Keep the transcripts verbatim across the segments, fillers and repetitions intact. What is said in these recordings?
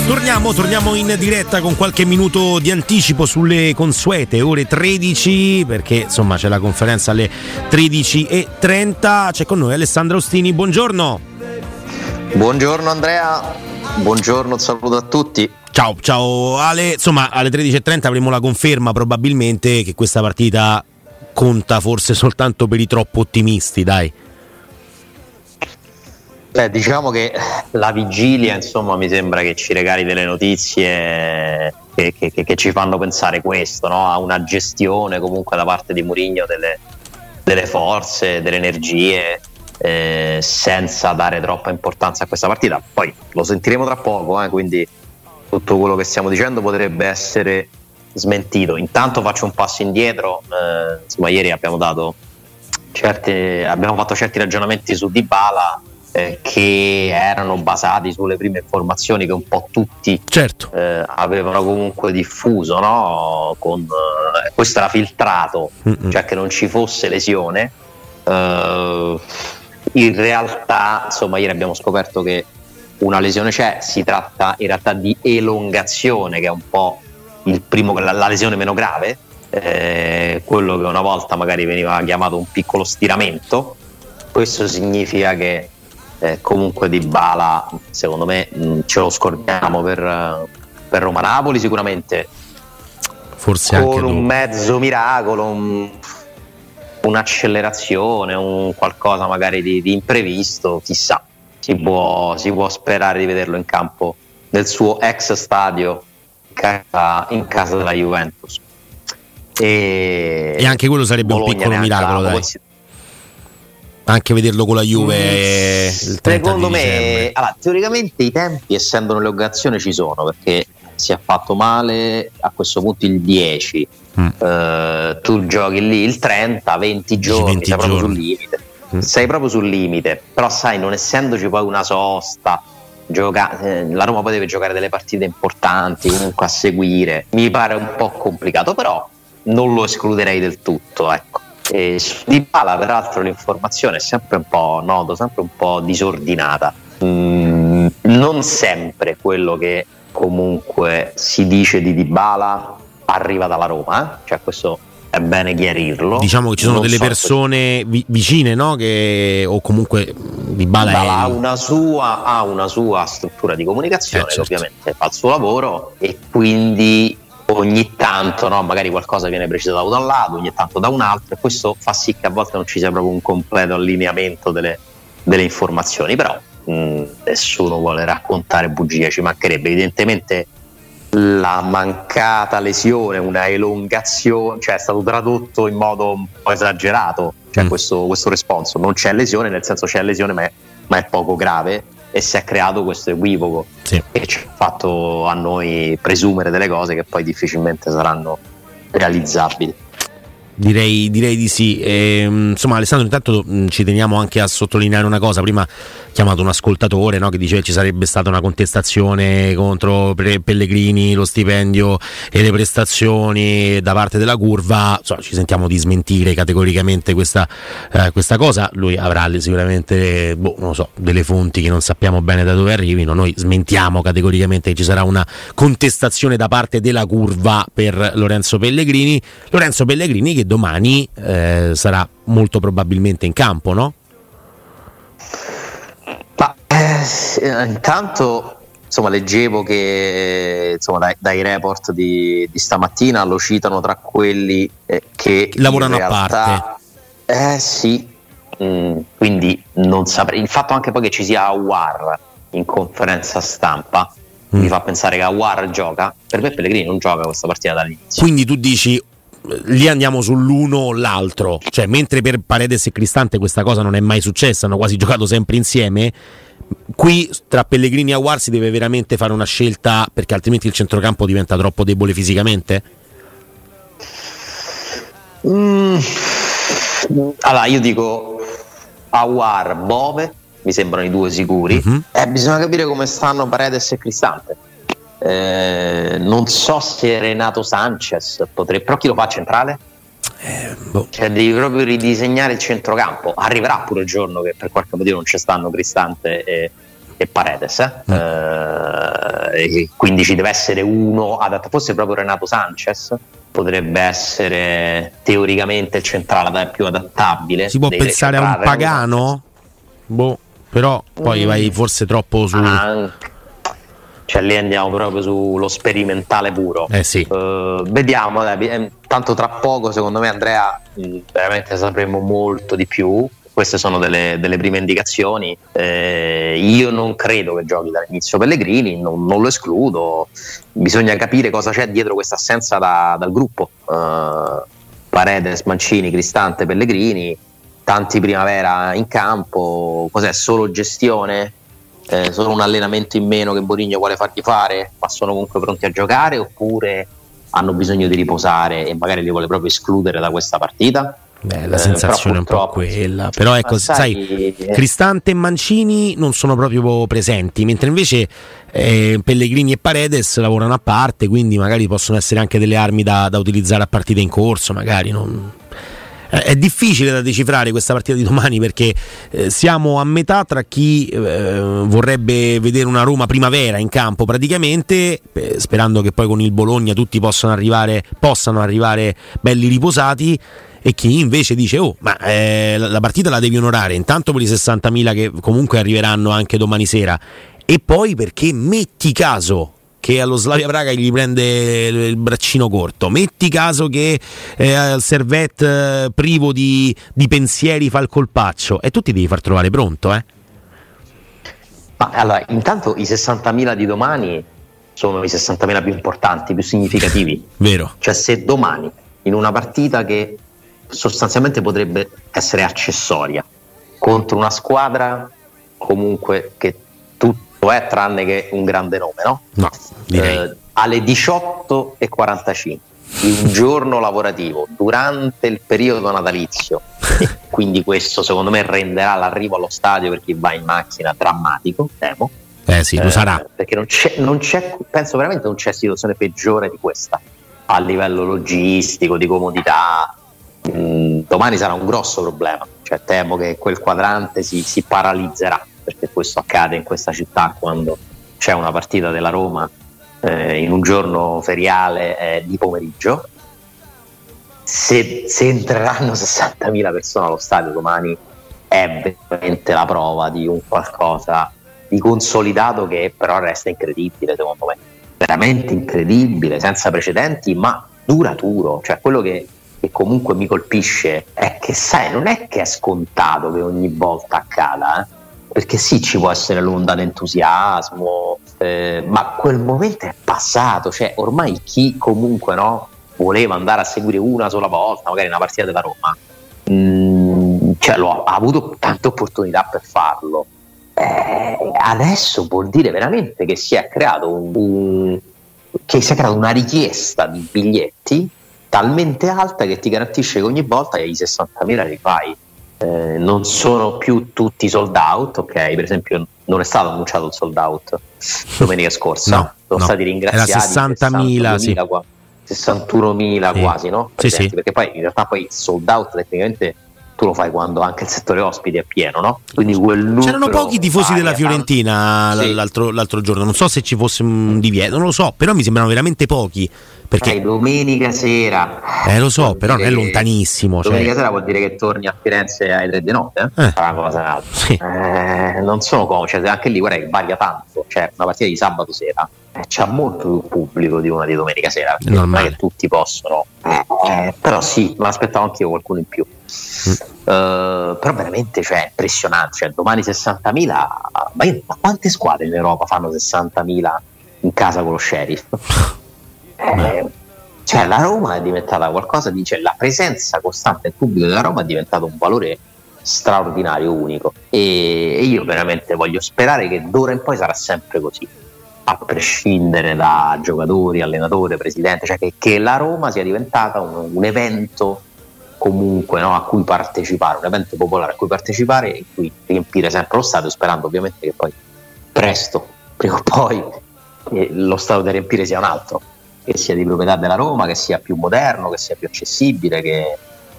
Torniamo, torniamo in diretta con qualche minuto di anticipo sulle consuete ore tredici, perché insomma c'è la conferenza alle tredici e trenta. C'è con noi Alessandro Ostini, buongiorno. Buongiorno Andrea, buongiorno, un saluto a tutti. Ciao, ciao Ale, insomma alle tredici e trenta avremo la conferma probabilmente che questa partita conta forse soltanto per i troppo ottimisti, dai. Beh, diciamo che la vigilia, insomma, mi sembra che ci regali delle notizie che, che, che ci fanno pensare questo, no? A una gestione comunque da parte di Mourinho delle, delle forze, delle energie, eh, senza dare troppa importanza a questa partita. Poi lo sentiremo tra poco, eh, quindi tutto quello che stiamo dicendo potrebbe essere smentito. Intanto faccio un passo indietro, eh, insomma, ieri abbiamo dato certe, abbiamo fatto certi ragionamenti su Dybala, Eh, che erano basati sulle prime informazioni che un po' tutti certo. eh, avevano comunque diffuso, no? Con, eh, questo era filtrato, Mm-mm. cioè che non ci fosse lesione. Eh, in realtà, insomma, ieri abbiamo scoperto che una lesione c'è, si tratta in realtà di elongazione, che è un po' il primo, la, la lesione meno grave, eh, quello che una volta magari veniva chiamato un piccolo stiramento. Questo significa che Eh, comunque Dybala, secondo me, mh, ce lo scordiamo per, per Roma-Napoli sicuramente, forse con anche un dopo. mezzo miracolo, un, un'accelerazione, un qualcosa magari di, di imprevisto, chissà, si può, si può sperare di vederlo in campo nel suo ex stadio in casa, in casa della Juventus, e, e anche quello sarebbe Bologna un piccolo miracolo, dai. consider- Anche vederlo con la Juve mm, il trenta secondo di me, dicembre. allora, teoricamente i tempi, essendo un'elongazione, ci sono, perché si è fatto male a questo punto il dieci, mm. uh, tu giochi lì il trenta, venti giorni, venti sei giorni. proprio sul limite, mm. sei proprio sul limite, però sai, non essendoci poi una sosta, gioca- eh, la Roma poi deve giocare delle partite importanti comunque a seguire, mi pare un po' complicato, però non lo escluderei del tutto, ecco. E su Dybala peraltro l'informazione è sempre un po', noto, sempre un po' disordinata, mm, non sempre quello che comunque si dice di Dybala arriva dalla Roma, eh? Cioè questo è bene chiarirlo. Diciamo che ci sono non delle so persone vi- vicine, no? Che, o comunque Dybala Dybala è... ha una sua ha una sua struttura di comunicazione, eh, certo. che ovviamente fa il suo lavoro, e quindi ogni tanto, no, magari qualcosa viene precisato da un lato, ogni tanto da un altro, e questo fa sì che a volte non ci sia proprio un completo allineamento delle, delle informazioni, però mh, nessuno vuole raccontare bugie, ci mancherebbe. Evidentemente la mancata lesione, una elongazione, cioè è stato tradotto in modo un po' esagerato, cioè mm. questo, questo responso, non c'è lesione, nel senso c'è lesione ma è, ma è poco grave, e si è creato questo equivoco, sì, che ci ha fatto a noi presumere delle cose che poi difficilmente saranno realizzabili. Direi, direi di sì. E, insomma, Alessandro, intanto mh, ci teniamo anche a sottolineare una cosa. Prima ho chiamato un ascoltatore, no, che diceva che ci sarebbe stata una contestazione contro Pre- Pellegrini, lo stipendio e le prestazioni da parte della curva. Insomma, ci sentiamo di smentire categoricamente questa, eh, questa cosa. Lui avrà sicuramente, boh, non lo so, delle fonti che non sappiamo bene da dove arrivino. Noi smentiamo categoricamente che ci sarà una contestazione da parte della curva per Lorenzo Pellegrini. Lorenzo Pellegrini che domani eh, sarà molto probabilmente in campo, no? Ma eh, intanto, insomma, leggevo che, insomma, dai, dai report di, di stamattina lo citano tra quelli eh, che lavorano in realtà, a parte. Eh sì, mm, quindi non saprei. Il fatto anche poi che ci sia Aouar in conferenza stampa mm. mi fa pensare che Aouar gioca. Per me Pellegrini non gioca questa partita dall'inizio. Quindi tu dici lì andiamo sull'uno o l'altro, cioè mentre per Paredes e Cristante questa cosa non è mai successa, hanno quasi giocato sempre insieme, qui tra Pellegrini e Aouar si deve veramente fare una scelta, perché altrimenti il centrocampo diventa troppo debole fisicamente? Mm. Allora io dico Aouar, Bove, mi sembrano i due sicuri, uh-huh. eh, bisogna capire come stanno Paredes e Cristante. Eh, non so se Renato Sanchez potrebbe, però chi lo fa centrale? Eh, boh. Cioè devi proprio ridisegnare il centrocampo. Arriverà pure il giorno che per qualche motivo non ci stanno Cristante e, e Paredes, eh? Mm. Eh, e quindi ci deve essere uno adatto, forse proprio Renato Sanchez potrebbe essere teoricamente il centrale più adattabile. Si può pensare a un Pagano? Boh, però poi mm. vai forse troppo su... Ah, cioè lì andiamo proprio sullo sperimentale puro. Eh sì. Uh, vediamo, dai, tanto tra poco secondo me Andrea mh, veramente sapremo molto di più. Queste sono delle, delle prime indicazioni. Eh, io non credo che giochi dall'inizio Pellegrini, non, non lo escludo. Bisogna capire cosa c'è dietro questa assenza da, dal gruppo. Uh, Paredes, Mancini, Cristante, Pellegrini, tanti Primavera in campo. Cos'è? Solo gestione? Eh, solo un allenamento in meno che Mourinho vuole fargli fare? Ma sono comunque pronti a giocare oppure hanno bisogno di riposare e magari li vuole proprio escludere da questa partita? Beh, la sensazione eh, è un po' quella, però ecco, sai, sai, Cristante e Mancini non sono proprio presenti, mentre invece eh, Pellegrini e Paredes lavorano a parte, quindi magari possono essere anche delle armi da, da utilizzare a partita in corso, magari non... eh, è difficile da decifrare questa partita di domani, perché eh, siamo a metà tra chi eh, vorrebbe vedere una Roma Primavera in campo praticamente, eh, sperando che poi con il Bologna tutti possano arrivare, possano arrivare belli riposati, e chi invece dice oh ma eh, la partita la devi onorare intanto per i sessantamila che comunque arriveranno anche domani sera, e poi perché metti caso che allo Slavia Praga gli prende il braccino corto, metti caso che eh, il Servette eh, privo di, di pensieri fa il colpaccio, e tu ti devi far trovare pronto, eh? Ma allora intanto i sessantamila di domani sono i sessantamila più importanti, più significativi. Vero. Cioè se domani in una partita che sostanzialmente potrebbe essere accessoria contro una squadra comunque che tutto è tranne che un grande nome, no? No, direi. Eh, alle diciotto e quarantacinque di un giorno lavorativo durante il periodo natalizio, e quindi questo secondo me renderà l'arrivo allo stadio per chi va in macchina drammatico, temo. Eh sì, lo eh, sarà, perché non c'è, non c'è, penso veramente non c'è situazione peggiore di questa a livello logistico, di comodità. Mm, domani sarà un grosso problema, cioè temo che quel quadrante si, si paralizzerà, perché questo accade in questa città quando c'è una partita della Roma eh, in un giorno feriale eh, di pomeriggio. Se, se entreranno sessantamila persone allo stadio domani è veramente la prova di un qualcosa di consolidato che però resta incredibile, secondo me, veramente incredibile, senza precedenti, ma duraturo. Cioè quello che che comunque mi colpisce è che, sai, non è che è scontato che ogni volta accada, eh? Perché sì, ci può essere l'onda d'entusiasmo, eh, ma quel momento è passato, cioè ormai chi comunque no voleva andare a seguire una sola volta magari una partita della Roma mh, cioè lo ha, ha avuto tante opportunità per farlo, eh, adesso vuol dire veramente che si è creato un, un che si è creata una richiesta di biglietti talmente alta che ti garantisce che ogni volta che i sessantamila li fai. Eh, non sono più tutti sold out, ok? Per esempio non è stato annunciato il sold out domenica scorsa, no, sono no. stati ringraziati era sessantamila, sì. sessantunomila sì. quasi, no? Sì, sì. Perché poi in realtà poi sold out tecnicamente tu lo fai quando anche il settore ospiti è pieno, no? Quindi quel numero c'erano pochi tifosi della Fiorentina sì. l'altro, l'altro giorno, non so se ci fosse un divieto, non lo so, però mi sembrano veramente pochi. Perché eh, domenica sera eh lo so, però non è lontanissimo. Domenica cioè... sera vuol dire che torni a Firenze alle tre di notte, eh? Eh. È una cosa un'altra. Sì. Eh, non sono comodi, cioè, anche lì guarda che varia tanto. Cioè, una partita di sabato sera eh, c'ha molto più pubblico di una di domenica sera. È normale. Non è che tutti possono, eh, però sì, me l'aspettavo anche io qualcuno in più. Mm. Uh, però veramente cioè, impressionante. Cioè, domani sessantamila, ma, io, ma quante squadre in Europa fanno sessantamila in casa con lo Sheriff? Eh, cioè la Roma è diventata qualcosa di, cioè, la presenza costante del pubblico della Roma è diventato un valore straordinario, unico, e, e io veramente voglio sperare che d'ora in poi sarà sempre così, a prescindere da giocatori, allenatori, presidente, cioè che, che la Roma sia diventata un, un evento comunque, no, a cui partecipare, un evento popolare a cui partecipare e cui riempire sempre lo stadio, sperando ovviamente che poi presto, prima o poi, eh, lo stadio da riempire sia un altro, che sia di proprietà della Roma, che sia più moderno, che sia più accessibile, che,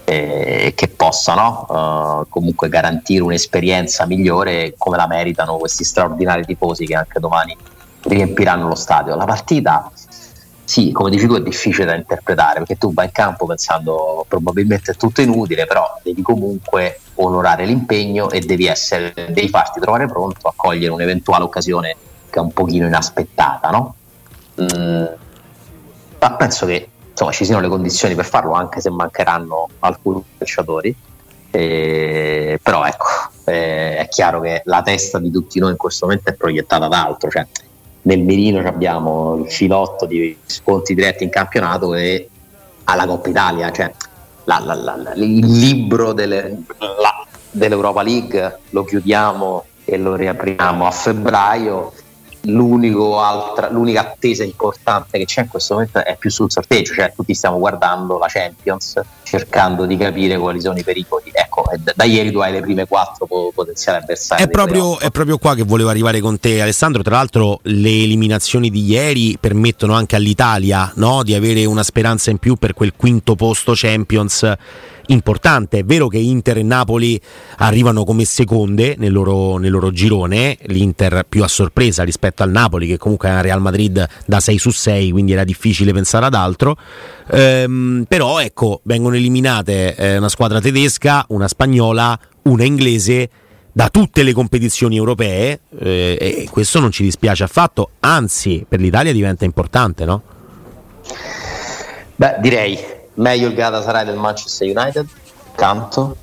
eh, che possano uh, comunque garantire un'esperienza migliore come la meritano questi straordinari tifosi che anche domani riempiranno lo stadio. La partita, sì, come dici tu, è difficile da interpretare perché tu vai in campo pensando probabilmente è tutto inutile, però devi comunque onorare l'impegno e devi essere, devi farti trovare pronto a cogliere un'eventuale occasione che è un pochino inaspettata, no? Mm, ma penso che insomma ci siano le condizioni per farlo, anche se mancheranno alcuni calciatori, eh, però ecco, eh, è chiaro che la testa di tutti noi in questo momento è proiettata ad altro, cioè nel mirino abbiamo il filotto di sconti diretti in campionato e alla Coppa Italia, cioè la, la, la, il libro delle, la, dell'Europa League lo chiudiamo e lo riapriamo a febbraio. L'unico altra, l'unica attesa importante che c'è in questo momento è più sul sorteggio, cioè tutti stiamo guardando la Champions cercando di capire quali sono i pericoli. Ecco, da, da ieri tu hai le prime quattro potenziali avversari. È proprio, è proprio qua che volevo arrivare con te, Alessandro. Tra l'altro le eliminazioni di ieri permettono anche all'Italia, no, di avere una speranza in più per quel quinto posto Champions importante. È vero che Inter e Napoli arrivano come seconde nel loro, nel loro girone, l'Inter più a sorpresa rispetto al Napoli che comunque è una Real Madrid da sei su sei, quindi era difficile pensare ad altro, ehm, però ecco, vengono eliminate eh, una squadra tedesca, una spagnola, una inglese da tutte le competizioni europee, eh, e questo non ci dispiace affatto, anzi per l'Italia diventa importante, no? Beh, direi meglio il Galatasaray del Manchester United, tanto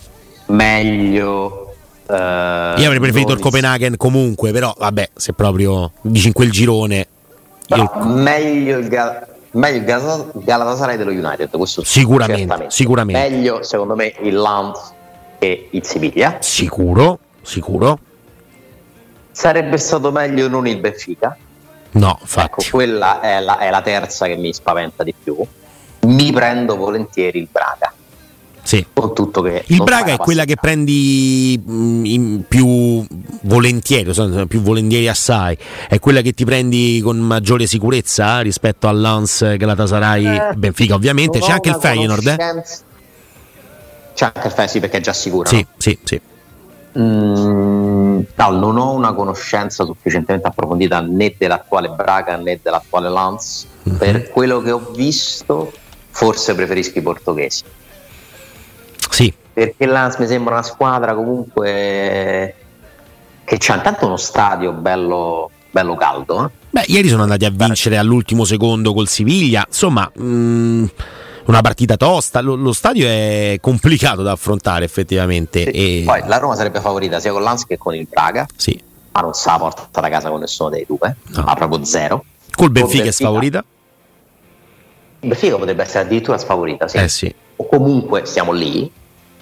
meglio eh, io avrei preferito il Copenaghen comunque, però vabbè, se proprio dici in quel girone io... meglio il Gal- meglio il Gal- Galatasaray dello United, questo sicuramente, sicuramente meglio secondo me il Lens e il Siviglia, sicuro, sicuro sarebbe stato meglio non il Benfica, no, infatti. Ecco, quella è la, è la terza che mi spaventa di più. Mi prendo volentieri il Braga. Sì. Con tutto che il Braga è quella che prendi mh, in più volentieri, più volentieri assai. È quella che ti prendi con maggiore sicurezza rispetto al Lens, Galatasaray, eh, Benfica ovviamente. C'è anche il Feyenoord. Eh? C'è anche il Feyenoord, sì, perché è già sicuro. Sì, no? sì, sì. Mm, no, non ho una conoscenza sufficientemente approfondita né dell'attuale Braga né dell'attuale Lens. Mm-hmm. Per quello che ho visto forse preferisco i portoghesi, sì, perché l'Lens mi sembra una squadra comunque che c'ha intanto uno stadio bello, bello caldo, eh? Beh, ieri sono andati a vincere all'ultimo secondo col Siviglia, insomma mh, una partita tosta, lo, lo stadio è complicato da affrontare effettivamente, sì, e... poi la Roma sarebbe favorita sia con l'Lens che con il Braga, sì, ma non sa porta da casa con nessuno dei due, no. Ma proprio zero. Col Benfica è sfavorita? Il Benfica potrebbe essere addirittura sfavorita, sì. Eh sì. O comunque siamo lì.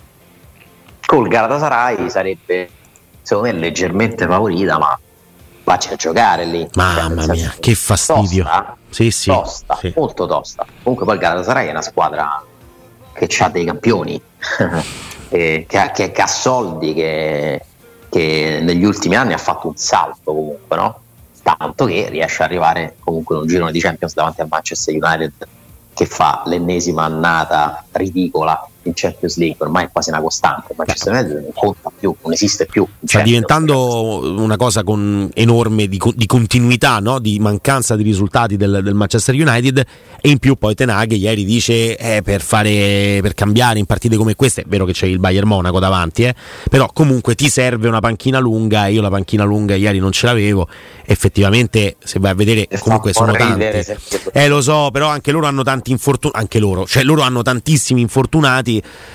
Col Galatasaray sarebbe secondo me leggermente favorita, ma vacci a giocare lì. Mamma cioè, mia, che fastidio. Tosta, sì, sì, tosta sì. Molto tosta. Comunque poi il Galatasaray è una squadra che ha dei campioni, che, che, che, che ha soldi, che, che negli ultimi anni ha fatto un salto comunque, no? Tanto che riesce ad arrivare comunque in un girone di Champions davanti al Manchester United, che fa l'ennesima annata ridicola in Champions League, ormai è quasi una costante. Il Manchester United non conta più, non esiste più. Sta diventando una cosa con enorme di, di continuità, no? Di mancanza di risultati del, del Manchester United, e in più poi Ten Hag ieri dice eh, per fare per cambiare in partite come queste, è vero che c'è il Bayern Monaco davanti, eh, però comunque ti serve una panchina lunga, e io la panchina lunga ieri non ce l'avevo. Effettivamente se vai a vedere e comunque sono tanti, eh lo so, però anche loro hanno tanti infortunati, anche loro, cioè loro hanno tantissimi infortunati,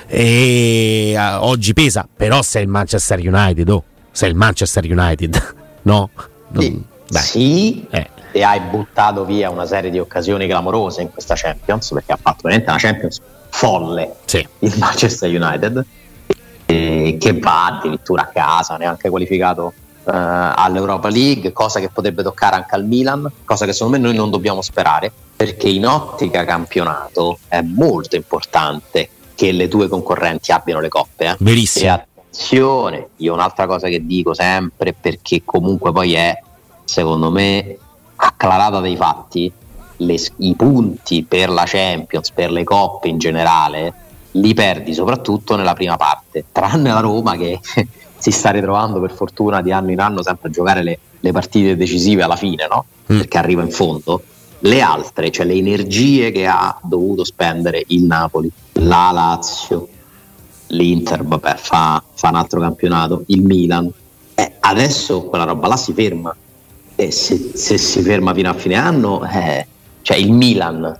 e uh, oggi pesa, però sei il Manchester United, oh, sei il Manchester United, no? Sì, Dai. sì. Eh. E hai buttato via una serie di occasioni clamorose in questa Champions, perché ha fatto veramente una Champions folle, sì. Il Manchester United, eh, che va addirittura a casa, neanche qualificato Uh, all'Europa League, cosa che potrebbe toccare anche al Milan, cosa che secondo me noi non dobbiamo sperare, perché in ottica campionato è molto importante che le due concorrenti abbiano le coppe, eh? Verissimo. E attenzione, io un'altra cosa che dico sempre, perché comunque poi è secondo me acclarata dai fatti, le, i punti per la Champions, per le coppe in generale li perdi soprattutto nella prima parte, tranne la Roma che si sta ritrovando per fortuna di anno in anno sempre a giocare le, le partite decisive alla fine, no? Mm. Perché arriva in fondo. Le altre, cioè le energie che ha dovuto spendere il Napoli, la Lazio, l'Inter, vabbè, fa, fa un altro campionato, il Milan, eh, adesso quella roba là si ferma, e se, se si ferma fino a fine anno, eh, cioè il Milan,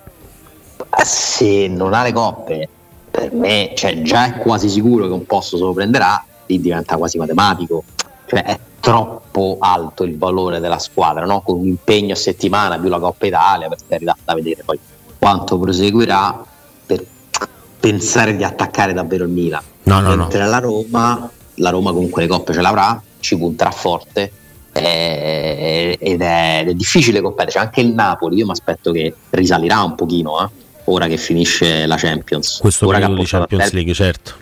se non ha le coppe, per me, cioè, già è quasi sicuro che un posto se lo prenderà, lì diventa quasi matematico, cioè è troppo alto il valore della squadra, no? Con un impegno a settimana più la Coppa Italia, per carità, da vedere poi quanto proseguirà per pensare di attaccare davvero il Milan. No, no, mentre no. la Roma, la Roma comunque le coppe ce l'avrà, ci punterà forte, eh, ed, è, ed è difficile competere. C'è anche il Napoli, io mi aspetto che risalirà un pochino, eh, ora che finisce la Champions. Questo ora periodo che di Champions League, certo.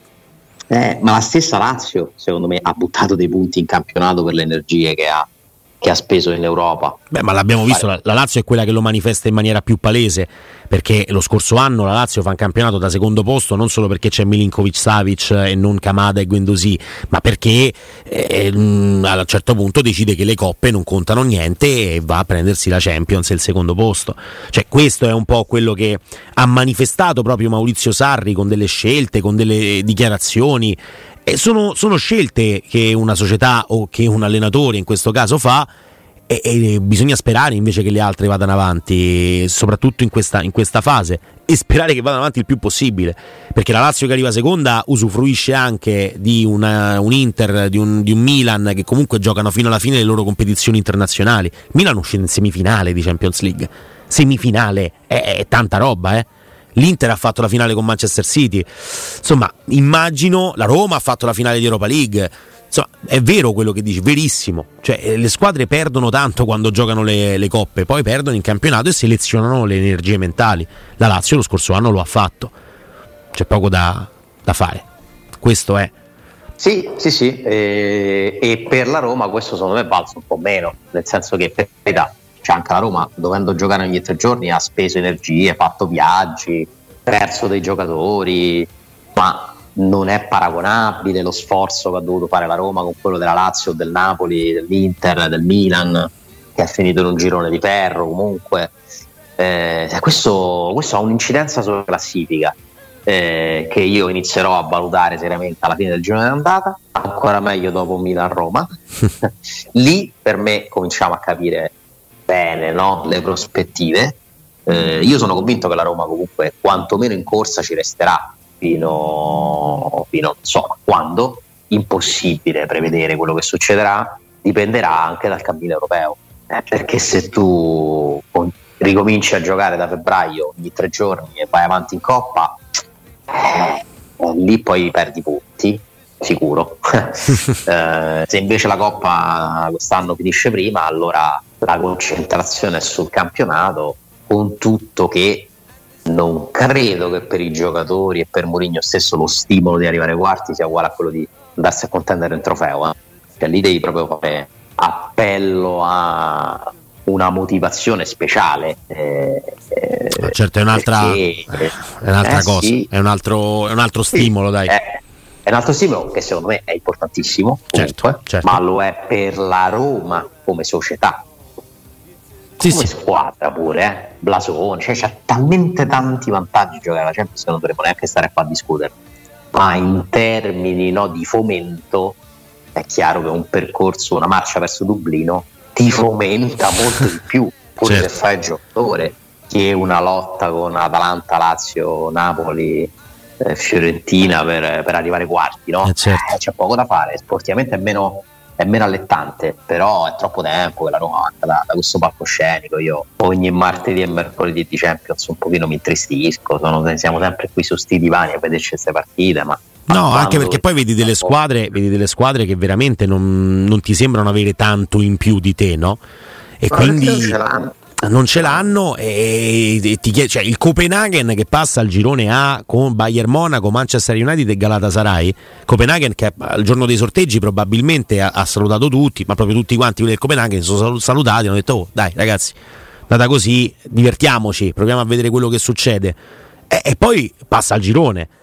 Eh, ma la stessa Lazio secondo me ha buttato dei punti in campionato per le energie che ha, che ha speso in Europa. Beh, ma l'abbiamo visto, la, la Lazio è quella che lo manifesta in maniera più palese, perché lo scorso anno la Lazio fa un campionato da secondo posto non solo perché c'è Milinkovic-Savic e non Kamada e Guendouzi, ma perché eh, a un certo punto decide che le coppe non contano niente e va a prendersi la Champions e il secondo posto. Cioè questo è un po' quello che ha manifestato proprio Maurizio Sarri con delle scelte, con delle dichiarazioni. E sono, sono scelte che una società o che un allenatore in questo caso fa, e, e bisogna sperare invece che le altre vadano avanti, soprattutto in questa, in questa fase, e sperare che vadano avanti il più possibile, perché la Lazio che arriva seconda usufruisce anche di una, un Inter, di un, di un Milan che comunque giocano fino alla fine le loro competizioni internazionali. Milan uscì in semifinale di Champions League, semifinale, è, è tanta roba, eh. L'Inter ha fatto la finale con Manchester City, insomma immagino la Roma ha fatto la finale di Europa League, insomma è vero quello che dici, verissimo, cioè le squadre perdono tanto quando giocano le, le coppe, poi perdono in campionato e selezionano le energie mentali. La Lazio lo scorso anno lo ha fatto, c'è poco da, da fare, questo è. Sì, sì, sì, e, e per la Roma questo secondo me è valso un po' meno, nel senso che per carità, c'è anche la Roma, dovendo giocare ogni tre giorni, ha speso energie, fatto viaggi, perso dei giocatori, ma non è paragonabile lo sforzo che ha dovuto fare la Roma con quello della Lazio, del Napoli, dell'Inter, del Milan, che è finito in un girone di ferro comunque. Eh, questo, questo ha un'incidenza sulla classifica, eh, che io inizierò a valutare seriamente alla fine del girone d'andata, ancora meglio dopo Milan-Roma. Lì per me cominciamo a capire bene, no? Le prospettive. Eh, io sono convinto che la Roma comunque quantomeno in corsa ci resterà fino, fino non so a quando. Impossibile prevedere quello che succederà, dipenderà anche dal cammino europeo, eh, perché se tu ricominci a giocare da febbraio ogni tre giorni e vai avanti in Coppa, eh, lì poi perdi punti sicuro. eh, se invece la Coppa quest'anno finisce prima, allora la concentrazione è sul campionato, con tutto che non credo che per i giocatori e per Mourinho stesso lo stimolo di arrivare ai quarti sia uguale a quello di andarsi a contendere un trofeo, eh. Cioè, lì devi proprio fare appello a una motivazione speciale, eh, eh, certo è un'altra, perché, è un'altra eh, cosa, sì. è un altro, è un altro stimolo, sì, dai. È, è un altro stimolo che secondo me è importantissimo, comunque, certo, certo. ma lo è per la Roma come società, sì, come sì. squadra pure, eh? Blasone, cioè c'ha talmente tanti vantaggi giocare alla Champions che non dovremmo neanche stare qua a discutere, ma in termini, no, di fomento è chiaro che un percorso, una marcia verso Dublino ti fomenta molto di più, pure certo. Se fai giocatore, che una lotta con Atalanta, Lazio, Napoli, eh, Fiorentina per, per arrivare ai quarti, no? Eh, certo. eh, c'è poco da fare, sportivamente è meno, è meno allettante, però è troppo tempo che la Roma avanza da, da questo palcoscenico. Io ogni martedì e mercoledì di Champions un pochino mi intristisco, sono, siamo sempre qui su sti divani a vederci queste partite, ma no, anche perché poi vedi delle squadre, vedi delle squadre che veramente non, non ti sembrano avere tanto in più di te, no? E ma quindi non ce l'hanno, non ce l'hanno e, e ti chiede, cioè il Copenaghen che passa al girone A con Bayern Monaco, Manchester United e Galatasaray. Copenaghen che al giorno dei sorteggi probabilmente ha, ha salutato tutti, ma proprio tutti quanti quelli del Copenaghen sono salutati e hanno detto: oh dai ragazzi, andata così, divertiamoci, proviamo a vedere quello che succede. E, e poi passa al girone.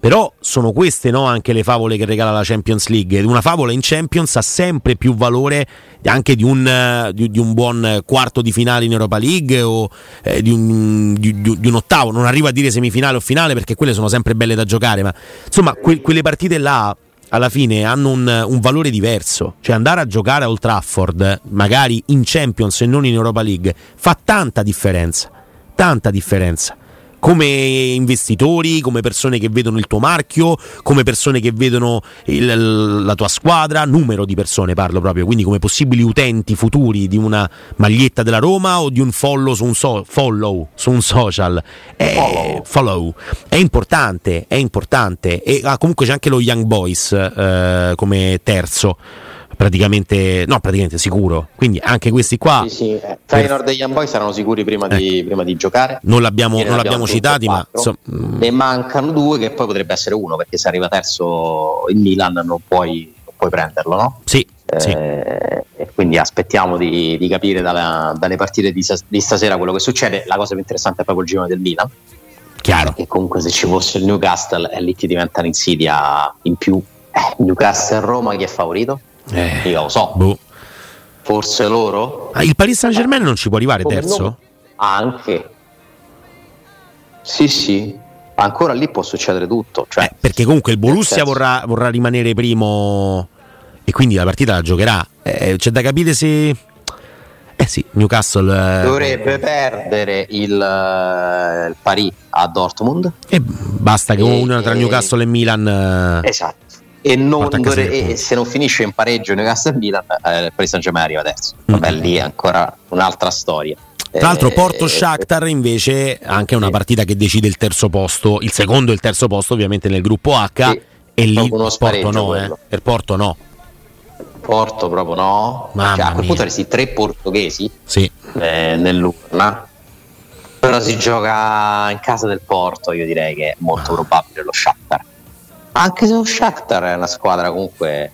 Però sono queste, no, anche le favole che regala la Champions League. Una favola in Champions ha sempre più valore anche di un, di, di un buon quarto di finale in Europa League o eh, di, un, di, di un ottavo. Non arrivo a dire semifinale o finale perché quelle sono sempre belle da giocare, ma insomma que, quelle partite là alla fine hanno un, un valore diverso. Cioè andare a giocare a Old Trafford magari in Champions e non in Europa League fa tanta differenza, tanta differenza. Come investitori, come persone che vedono il tuo marchio, come persone che vedono il, la tua squadra, numero di persone parlo proprio, quindi come possibili utenti futuri di una maglietta della Roma o di un follow su un, so, follow, su un social. È, follow. È importante, è importante. E ah, comunque c'è anche lo Young Boys eh, come terzo. Praticamente, no, praticamente sicuro. Quindi anche questi qua. Sì, sì. Feyenoord e Young Boys erano sicuri prima, ecco. di, prima di giocare. Non l'abbiamo, non l'abbiamo citati, ma insomma, ne mancano due che poi potrebbe essere uno, perché se arriva terzo il Milan non puoi, non puoi prenderlo, no? Sì. Eh, sì. E quindi aspettiamo di, di capire dalla, dalle partite di, di stasera quello che succede. La cosa più interessante è proprio il girone del Milan. Chiaro. Perché comunque se ci fosse il Newcastle e lì ti diventa un'insidia in più. Eh, Newcastle Roma chi è favorito? Eh, io lo so, boh. Forse loro. Ah, il Paris Saint-Germain non ci può arrivare Come terzo? No. Anche sì sì, ancora lì può succedere tutto, cioè, eh, perché comunque il Borussia vorrà, vorrà rimanere primo e quindi la partita la giocherà. Eh, c'è da capire se eh sì, Newcastle eh... dovrebbe perdere il, il Paris a Dortmund e basta che e, una tra e... Newcastle e Milan eh... esatto. E, non dovre- e se non finisce in pareggio Newcastle Milan, eh, il Paris Saint-Germain arriva terzo. Vabbè, mm. lì è ancora un'altra storia. Tra l'altro Porto Shakhtar invece anche una partita che decide il terzo posto, il secondo e il terzo posto ovviamente nel gruppo H, sì, e lì Porto no, eh. Per Porto no. Porto proprio no. Cioè, a quel punto avresti tre portoghesi sì. eh, nell'urna. Però si gioca in casa del Porto, io direi che è molto probabile lo Shakhtar. Anche se lo Shakhtar è una squadra comunque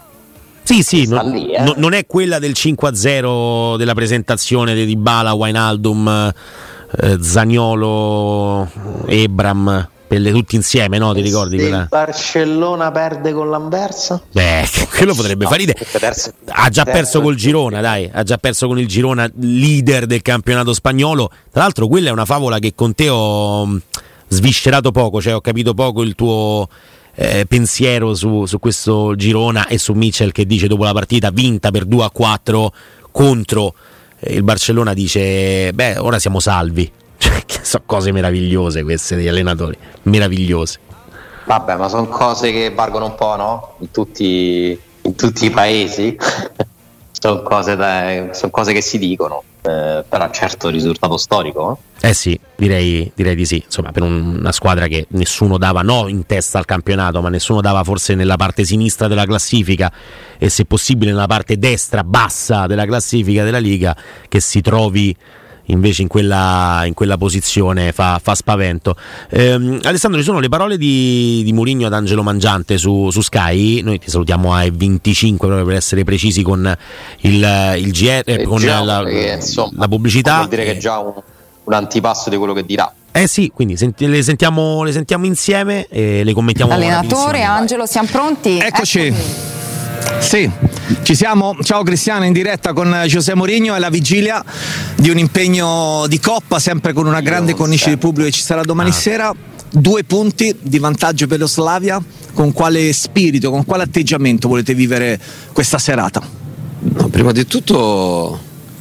sì sì non, lì, eh. no, non è quella del cinque a zero della presentazione di Dybala, Wijnaldum, eh, Zaniolo, Ebram, Pelle, tutti insieme, no? Ti ricordi? Se quella? Barcellona perde con l'Anversa? Beh, quello potrebbe no, fare ridere. Ha già perso col Girona, dai, ha già perso con il Girona, leader del campionato spagnolo. Tra l'altro quella è una favola che con te ho sviscerato poco, cioè ho capito poco il tuo Eh, pensiero su, su questo Girona e su Mitchell che dice dopo la partita vinta per due a quattro contro eh, il Barcellona, dice beh ora siamo salvi. Cioè, sono cose meravigliose queste degli allenatori, meravigliose. Vabbè, ma sono cose che valgono un po', no? In tutti, in tutti i paesi sono cose, da, sono cose che si dicono, eh, però certo il risultato storico eh, eh sì, direi, direi di sì, insomma, per un, una squadra che nessuno dava no in testa al campionato, ma nessuno dava forse nella parte sinistra della classifica e se possibile nella parte destra bassa della classifica della Liga, che si trovi invece in quella, in quella posizione fa, fa spavento. ehm, Alessandro, ci sono le parole di, di Mourinho ad Angelo Mangiante su, su Sky. Noi ti salutiamo a venticinque proprio per essere precisi con il, il G R, eh, con già, la, perché, insomma, la pubblicità. Vuol dire che è già un, un antipasto di quello che dirà. Eh sì, quindi senti, le, sentiamo, le sentiamo insieme e le commentiamo. Allenatore Angelo, siamo pronti? Eccoci. Eccoci. Sì, ci siamo. Ciao Cristiano, in diretta con José Mourinho, è la vigilia di un impegno di Coppa, sempre con una grande cornice di pubblico che ci sarà domani ah. sera. Due punti di vantaggio per lo Slavia. Con quale spirito, con quale atteggiamento volete vivere questa serata? No, prima di tutto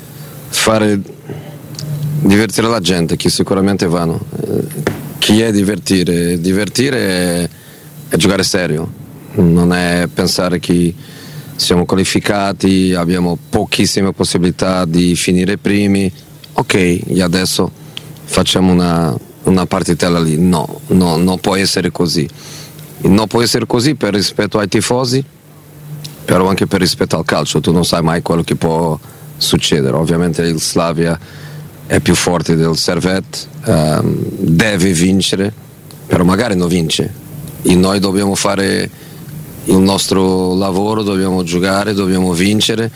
fare divertire la gente, che sicuramente vanno. Chi è divertire? Divertire è, è giocare serio, non è pensare che siamo qualificati, abbiamo pochissime possibilità di finire primi, ok, e adesso facciamo una, una partitella lì. No, no, non può essere così. Non può essere così per rispetto ai tifosi, però anche per rispetto al calcio. Tu non sai mai quello che può succedere. Ovviamente il Slavia è più forte del Servette, um, deve vincere, però magari non vince. E noi dobbiamo fare il nostro lavoro, dobbiamo giocare, dobbiamo vincere.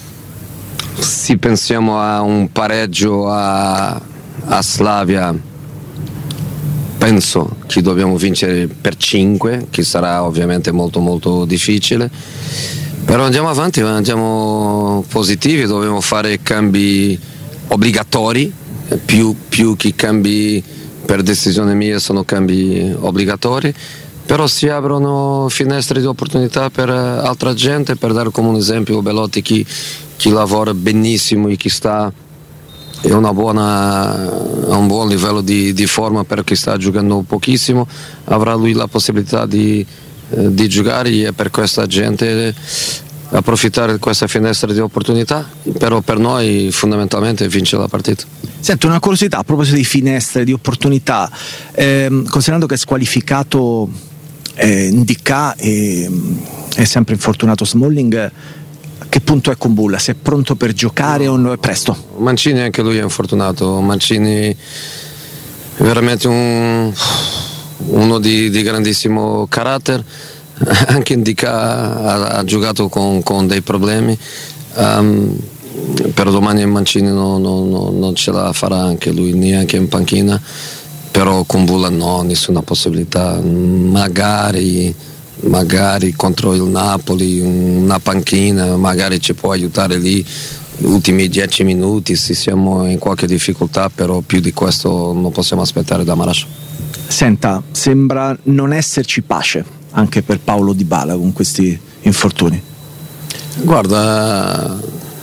Se pensiamo a un pareggio a, a Slavia, penso che dobbiamo vincere per cinque, che sarà ovviamente molto molto difficile, però andiamo avanti, andiamo positivi, dobbiamo fare cambi obbligatori, più, più che cambi per decisione mia, sono cambi obbligatori, però si aprono finestre di opportunità per altra gente, per dare come un esempio Belotti che, che lavora benissimo e che sta è una buona, un buon livello di, di forma perché sta giocando pochissimo, avrà lui la possibilità di, eh, di giocare e per questa gente approfittare di questa finestra di opportunità, però per noi fondamentalmente vince la partita. Sento una curiosità a proposito di finestre di opportunità, ehm, considerando che è squalificato eh, Ndicà e è sempre infortunato Smalling, a che punto è con Bulla? Se è pronto per giocare o no, è presto? Mancini anche lui è infortunato, Mancini è veramente un, uno di, di grandissimo carattere, anche Ndicà ha, ha giocato con, con dei problemi, um, però domani Mancini no, no, no, non ce la farà anche lui, neanche in panchina, però con Bulla no, nessuna possibilità, magari magari contro il Napoli una panchina, magari ci può aiutare lì gli ultimi dieci minuti se siamo in qualche difficoltà, però più di questo non possiamo aspettare da Marash. Senta, sembra non esserci pace anche per Paulo Dybala con questi infortuni. Guarda,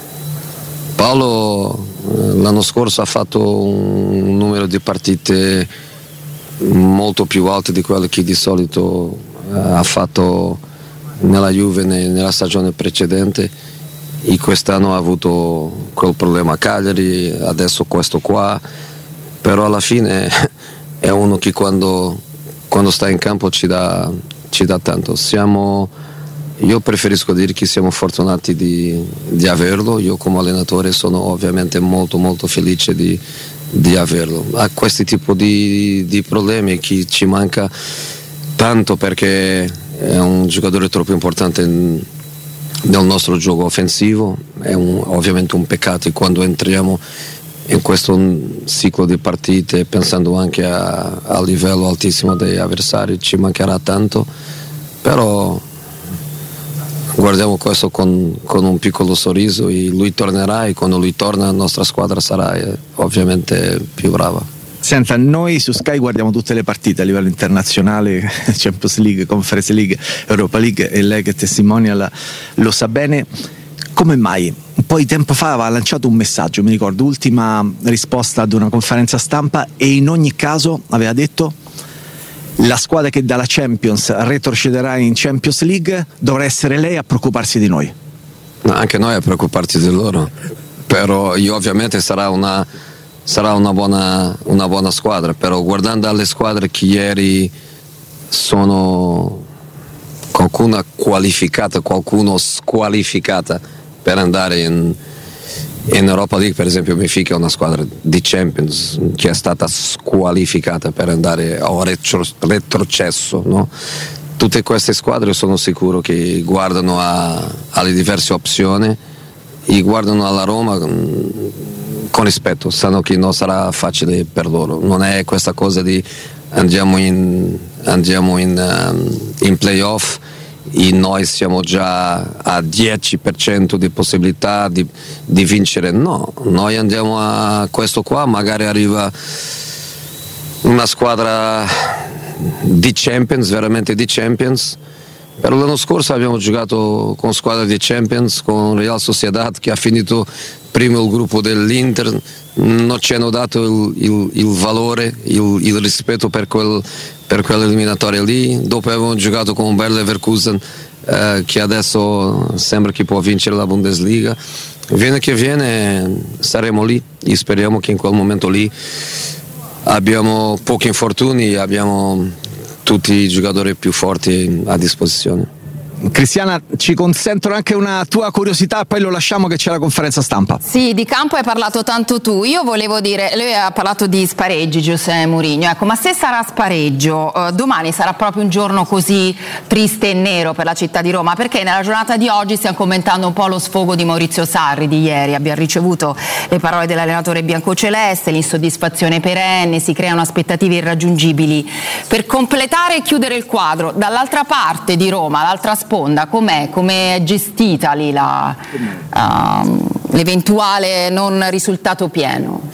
Paolo l'anno scorso ha fatto un numero di partite molto più alto di quello che di solito ha fatto nella Juve nella stagione precedente e quest'anno ha avuto quel problema a Cagliari, adesso questo qua, però alla fine è uno che quando, quando sta in campo ci dà, ci dà tanto. Siamo, io preferisco dire che siamo fortunati di, di averlo, io come allenatore sono ovviamente molto molto felice di, di averlo. Ha questi tipi di, di problemi che ci manca tanto perché è un giocatore troppo importante nel nostro gioco offensivo, è un, ovviamente un peccato quando entriamo in questo ciclo di partite pensando anche a, a livello altissimo degli avversari, ci mancherà tanto, però guardiamo questo con, con un piccolo sorriso e lui tornerà e quando lui torna la nostra squadra sarà eh, ovviamente più brava. Senta, noi su Sky guardiamo tutte le partite a livello internazionale, Champions League, Conference League, Europa League, e lei che testimonial lo sa bene. Come mai? Un po' di tempo fa aveva lanciato un messaggio, mi ricordo, ultima risposta ad una conferenza stampa, e in ogni caso aveva detto: la squadra che dalla Champions retrocederà in Champions League dovrà essere lei a preoccuparsi di noi. No, anche noi a preoccuparci di loro, però io ovviamente sarà una sarà una buona, una buona squadra, però guardando alle squadre che ieri sono qualcuna qualificata, qualcuno squalificata per andare in, in Europa League, per esempio Benfica è una squadra di Champions che è stata squalificata per andare o retro, retrocesso, no? Tutte queste squadre sono sicuro che guardano a, alle diverse opzioni e guardano alla Roma con rispetto, sanno che non sarà facile per loro, non è questa cosa di andiamo in, andiamo in, um, in playoff e noi siamo già a dieci per cento di possibilità di, di vincere, no, noi andiamo a questo qua, magari arriva una squadra di Champions, veramente di Champions. Per l'anno scorso abbiamo giocato con squadra di Champions, con Real Sociedad che ha finito primo il gruppo dell'Inter, non ci hanno dato il, il, il valore, il, il rispetto per, quel, per quell'eliminatoria lì. Dopo abbiamo giocato con Bayer Leverkusen eh, che adesso sembra che può vincere la Bundesliga. Viene che viene saremo lì e speriamo che in quel momento lì abbiamo pochi infortuni, abbiamo tutti i giocatori più forti a disposizione. Cristiana, ci consentono anche una tua curiosità e poi lo lasciamo che c'è la conferenza stampa. Sì, di campo hai parlato tanto tu. Io volevo dire, lui ha parlato di spareggi, José Mourinho. Ecco, ma se sarà spareggio, eh, domani sarà proprio un giorno così triste e nero per la città di Roma? Perché nella giornata di oggi stiamo commentando un po' lo sfogo di Maurizio Sarri di ieri. Abbiamo ricevuto le parole dell'allenatore biancoceleste, l'insoddisfazione perenne, si creano aspettative irraggiungibili. Per completare e chiudere il quadro, dall'altra parte di Roma, l'altra sponda, com'è? Come è gestita lì la, uh, l'eventuale non risultato pieno?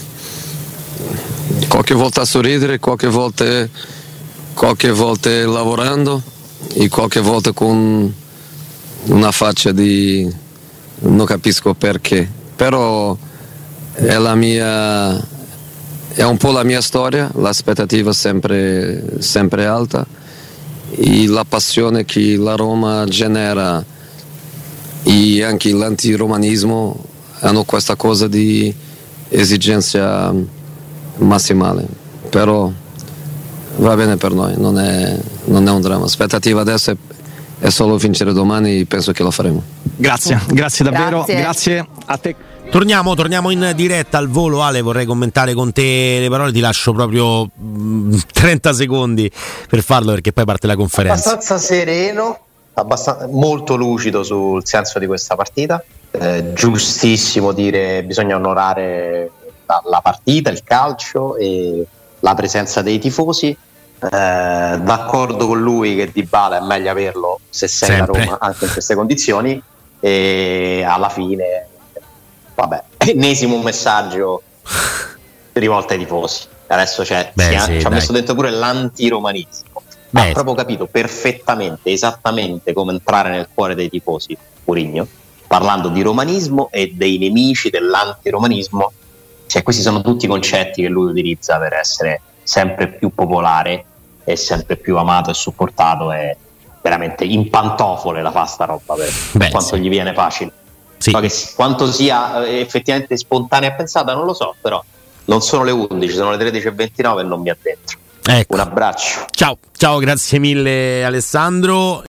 Qualche volta a sorridere, qualche volta, qualche volta lavorando e qualche volta con una faccia di non capisco perché, però è la mia, è un po' la mia storia, l'aspettativa sempre, sempre alta e la passione che la Roma genera e anche l'antiromanismo hanno questa cosa di esigenza massimale, però va bene per noi, non è, non è un dramma. L'aspettativa adesso è, è solo vincere domani e penso che lo faremo. Grazie, grazie davvero, Grazie. grazie a te. Torniamo, torniamo in diretta al volo. Ale, vorrei commentare con te le parole, ti lascio proprio mh, trenta secondi per farlo perché poi parte la conferenza. Abbastanza sereno, abbastanza, molto lucido sul senso di questa partita, eh, giustissimo dire bisogna onorare la, la partita, il calcio e la presenza dei tifosi, eh, d'accordo con lui che Dybala è meglio averlo se sei Sempre. la Roma anche in queste condizioni e alla fine vabbè, ennesimo messaggio rivolto ai tifosi. Adesso c'è, Beh, si ha, sì, ci ha dai. messo dentro pure l'antiromanismo. Beh, Ha proprio capito perfettamente, esattamente come entrare nel cuore dei tifosi, Mourinho, parlando di romanismo e dei nemici dell'antiromanismo. Cioè, questi sono tutti i concetti che lui utilizza per essere sempre più popolare e sempre più amato e supportato. È veramente in pantofole la fa sta roba per Beh, quanto sì. gli viene facile. Sì. Ma che si- quanto sia eh, effettivamente spontanea e pensata non lo so, però non sono le undici, sono le tredici e ventinove e non mi addentro. Ecco. Un abbraccio. Ciao, ciao, grazie mille Alessandro.